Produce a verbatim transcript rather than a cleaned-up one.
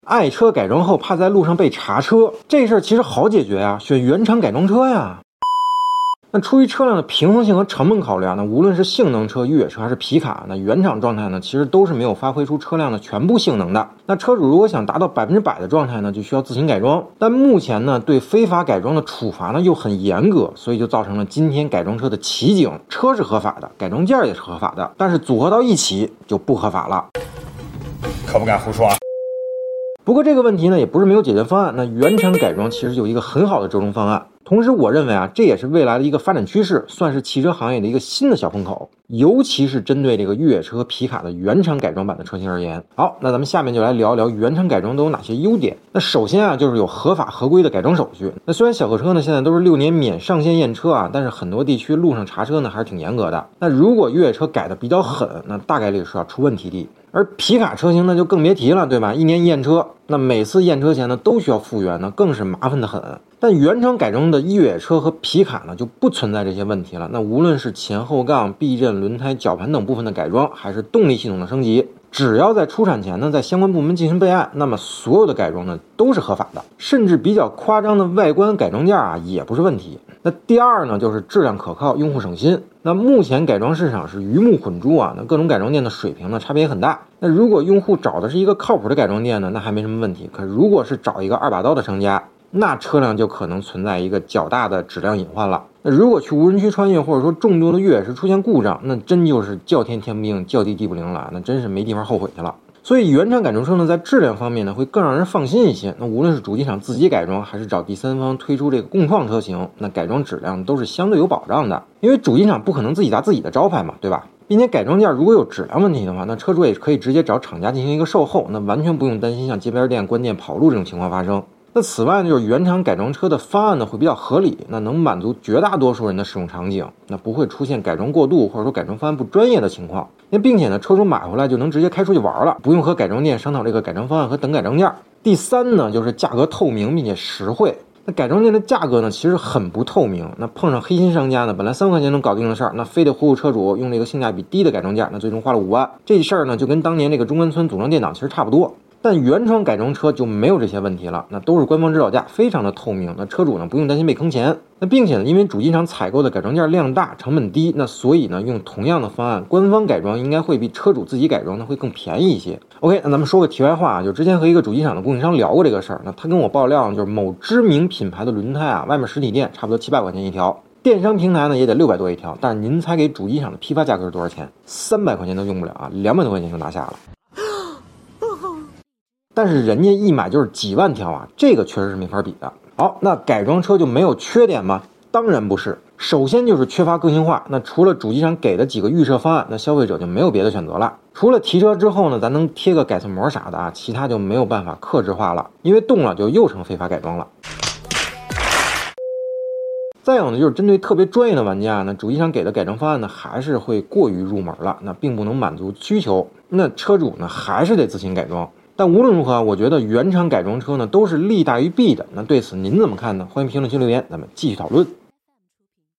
爱车改装后怕在路上被查车，这事儿其实好解决呀，选原厂改装车呀。那出于车辆的平衡性和成本考虑啊，那无论是性能车、越野车还是皮卡，那原厂状态呢，其实都是没有发挥出车辆的全部性能的。那车主如果想达到百分之百的状态呢，就需要自行改装。但目前呢，对非法改装的处罚呢又很严格，所以就造成了今天改装车的奇景：车是合法的，改装件也是合法的，但是组合到一起就不合法了。 可不敢胡说。 不过这个问题呢，也不是没有解决方案。那原厂改装其实有一个很好的折中方案。同时我认为啊，这也是未来的一个发展趋势，算是汽车行业的一个新的小风口，尤其是针对这个越野车、皮卡的原厂改装版的车型而言。好，那咱们下面就来聊一聊原厂改装都有哪些优点。那首先啊，就是有合法合规的改装手续。那虽然小客车呢现在都是六年免上线验车啊，但是很多地区路上查车呢还是挺严格的。那如果越野车改的比较狠，那大概率是要出问题的。而皮卡车型呢就更别提了，对吧？一年验车，那每次验车前呢都需要复原，那更是麻烦的很。但原厂改装的越野车和皮卡呢就不存在这些问题了。那无论是前后杠、避震、轮胎、绞盘等部分的改装，还是动力系统的升级，只要在出产前呢在相关部门进行备案，那么所有的改装呢都是合法的，甚至比较夸张的外观改装件啊也不是问题。那第二呢，就是质量可靠，用户省心。那目前改装市场是鱼目混珠啊，那各种改装店的水平呢差别也很大。那如果用户找的是一个靠谱的改装店呢，那还没什么问题。可如果是找一个二把刀的商家，那车辆就可能存在一个较大的质量隐患了。那如果去无人区穿越，或者说众多的越野时出现故障，那真就是叫天天不应，叫地地不灵了，那真是没地方后悔去了。所以原厂改装车呢，在质量方面呢，会更让人放心一些。那无论是主机厂自己改装，还是找第三方推出这个共创车型，那改装质量都是相对有保障的。因为主机厂不可能自己打自己的招牌嘛，对吧？并且改装件如果有质量问题的话，那车主也可以直接找厂家进行一个售后，那完全不用担心像街边店关店跑路这种情况发生。那此外呢，就是原厂改装车的方案呢会比较合理，那能满足绝大多数人的使用场景，那不会出现改装过度或者说改装方案不专业的情况。那并且呢，车主买回来就能直接开出去玩了，不用和改装店商讨这个改装方案和等改装件。第三呢，就是价格透明并且实惠。那改装件的价格呢，其实很不透明。那碰上黑心商家呢，本来三块钱能搞定的事儿，那非得唬唬车主用这个性价比低的改装件，那最终花了五万。这事儿呢，就跟当年这个中关村组装电脑其实差不多。但原厂改装车就没有这些问题了，那都是官方指导价，非常的透明，那车主呢不用担心被坑钱。那并且呢，因为主机厂采购的改装件量大，成本低，那所以呢用同样的方案，官方改装应该会比车主自己改装呢会更便宜一些。OK， 那咱们说个题外话啊，就之前和一个主机厂的供应商聊过这个事儿，那他跟我爆料，就是某知名品牌的轮胎啊，外面实体店差不多七百块钱一条，电商平台呢也得六百多一条，但是您猜给主机厂的批发价格是多少钱？三百块钱都用不了啊，两百多块钱就拿下了。但是人家一买就是几万条啊，这个确实是没法比的。好，那改装车就没有缺点吗？当然不是。首先就是缺乏个性化，那除了主机厂给的几个预设方案，那消费者就没有别的选择了。除了提车之后呢，咱能贴个改色膜啥的啊，其他就没有办法克制化了，因为动了就又成非法改装了。再有呢，就是针对特别专业的玩家呢，主机厂给的改装方案呢，还是会过于入门了，那并不能满足需求，那车主呢还是得自行改装。但无论如何，我觉得原厂改装车呢都是利大于弊的。那对此您怎么看呢？欢迎评论区留言，咱们继续讨论。